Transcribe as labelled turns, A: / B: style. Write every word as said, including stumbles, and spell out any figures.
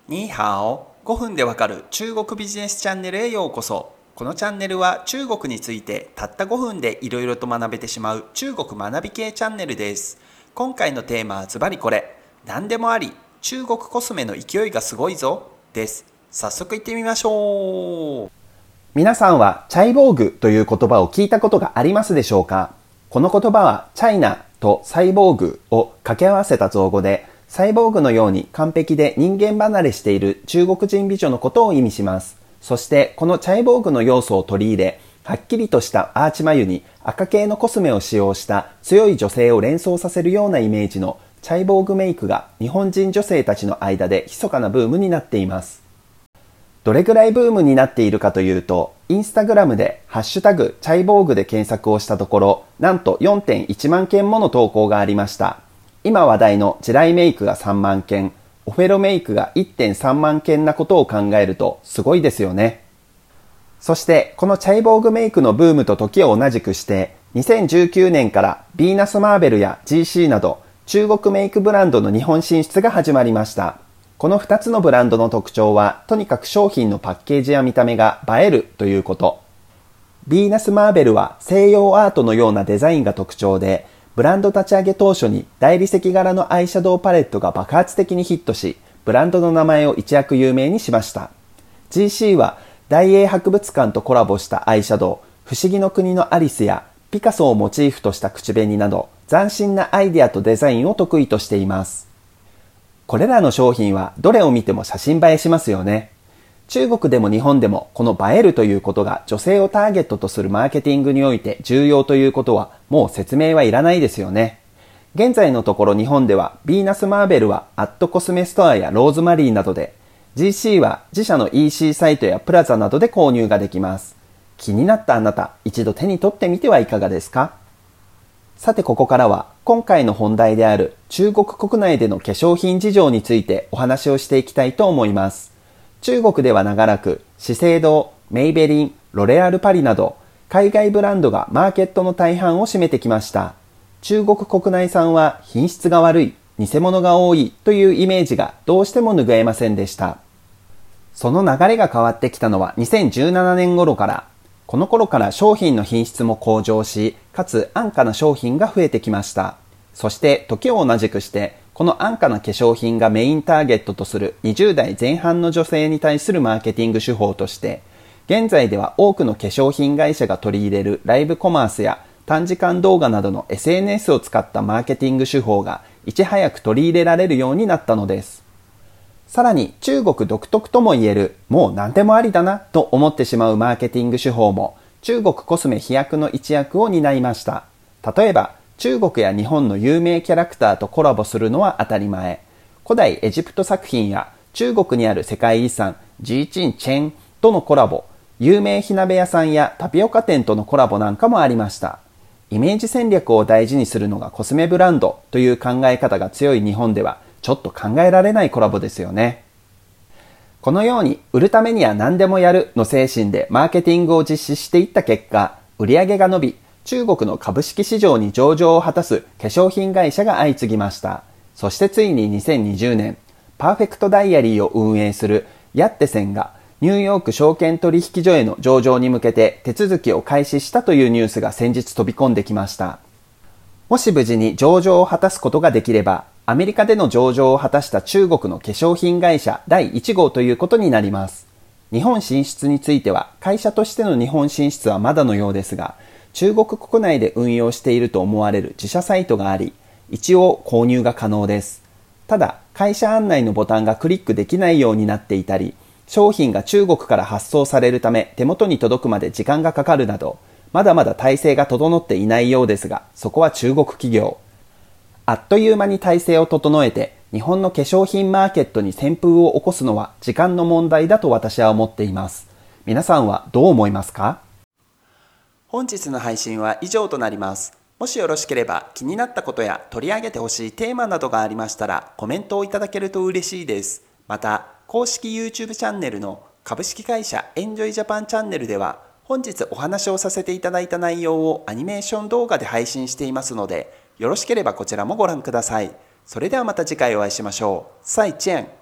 A: ニーハオ、ごふんでわかる中国ビジネスチャンネルへようこそ。このチャンネルは中国についてたったごふんでいろいろと学べてしまう中国学び系チャンネルです。今回のテーマはズバリこれ、何でもあり、中国コスメの勢いがすごいぞです。早速いってみましょう。
B: 皆さんはチャイボーグという言葉を聞いたことがありますでしょうか？この言葉はチャイナとサイボーグを掛け合わせた造語で、サイボーグのように完璧で人間離れしている中国人美女のことを意味します。そしてこのチャイボーグの要素を取り入れ、はっきりとしたアーチ眉に赤系のコスメを使用した強い女性を連想させるようなイメージのチャイボーグメイクが日本人女性たちの間で密かなブームになっています。どれぐらいブームになっているかというと、インスタグラムでハッシュタグチャイボーグで検索をしたところ、なんと よんてんいちまんけんもの投稿がありました。今話題の地雷メイクがさんまんけん、オフェロメイクが いってんさんまんけんなことを考えるとすごいですよね。そしてこのチャイボーグメイクのブームと時を同じくして、にせんじゅうきゅうねんからヴィーナスマーベルや ジーシー など中国メイクブランドの日本進出が始まりました。このふたつのブランドの特徴は、とにかく商品のパッケージや見た目が映えるということ。ヴィーナスマーベルは西洋アートのようなデザインが特徴で、ブランド立ち上げ当初に大理石柄のアイシャドウパレットが爆発的にヒットし、ブランドの名前を一躍有名にしました。ジーシー は大英博物館とコラボしたアイシャドウ、不思議の国のアリスやピカソをモチーフとした口紅など、斬新なアイデアとデザインを得意としています。これらの商品はどれを見ても写真映えしますよね。中国でも日本でもこの映えるということが女性をターゲットとするマーケティングにおいて重要ということはもう説明はいらないですよね。現在のところ日本ではヴィーナスマーベルはアットコスメストアやローズマリーなどで、 ジーシー は自社の イーシー サイトやプラザなどで購入ができます。気になったあなた、一度手に取ってみてはいかがですか？さてここからは今回の本題である中国国内での化粧品事情についてお話をしていきたいと思います。中国では長らく資生堂、メイベリン、ロレアルパリなど海外ブランドがマーケットの大半を占めてきました。中国国内産は品質が悪い、偽物が多いというイメージがどうしても拭えませんでした。その流れが変わってきたのはにせんじゅうななねん頃から。この頃から商品の品質も向上し、かつ安価な商品が増えてきました。そして時を同じくして、この安価な化粧品がメインターゲットとするにじゅうだいぜん半の女性に対するマーケティング手法として、現在では多くの化粧品会社が取り入れるライブコマースや短時間動画などの エスエヌエス を使ったマーケティング手法がいち早く取り入れられるようになったのです。さらに中国独特ともいえる、もう何でもありだなと思ってしまうマーケティング手法も中国コスメ飛躍の一役を担いました。例えば中国や日本の有名キャラクターとコラボするのは当たり前。古代エジプト作品や中国にある世界遺産ジーチンチェンとのコラボ、有名火鍋屋さんやタピオカ店とのコラボなんかもありました。イメージ戦略を大事にするのがコスメブランドという考え方が強い日本ではちょっと考えられないコラボですよね。このように売るためには何でもやるの精神でマーケティングを実施していった結果、売上が伸び、中国の株式市場に上場を果たす化粧品会社が相次ぎました。そしてついににせんにじゅうねん、パーフェクトダイアリーを運営するヤッテセンがニューヨーク証券取引所への上場に向けて手続きを開始したというニュースが先日飛び込んできました。もし無事に上場を果たすことができれば、アメリカでの上場を果たした中国の化粧品会社だいいち号ということになります。日本進出については会社としての日本進出はまだのようですが、中国国内で運用していると思われる自社サイトがあり、一応購入が可能です。ただ、会社案内のボタンがクリックできないようになっていたり、商品が中国から発送されるため手元に届くまで時間がかかるなど、まだまだ体制が整っていないようですが、そこは中国企業。あっという間に体制を整えて、日本の化粧品マーケットに旋風を起こすのは時間の問題だと私は思っています。皆さんはどう思いますか？
A: 本日の配信は以上となります。もしよろしければ気になったことや取り上げてほしいテーマなどがありましたらコメントをいただけると嬉しいです。また、公式 YouTube チャンネルの株式会社エンジョイジャパンチャンネルでは本日お話をさせていただいた内容をアニメーション動画で配信していますので、よろしければこちらもご覧ください。それではまた次回お会いしましょう。再见。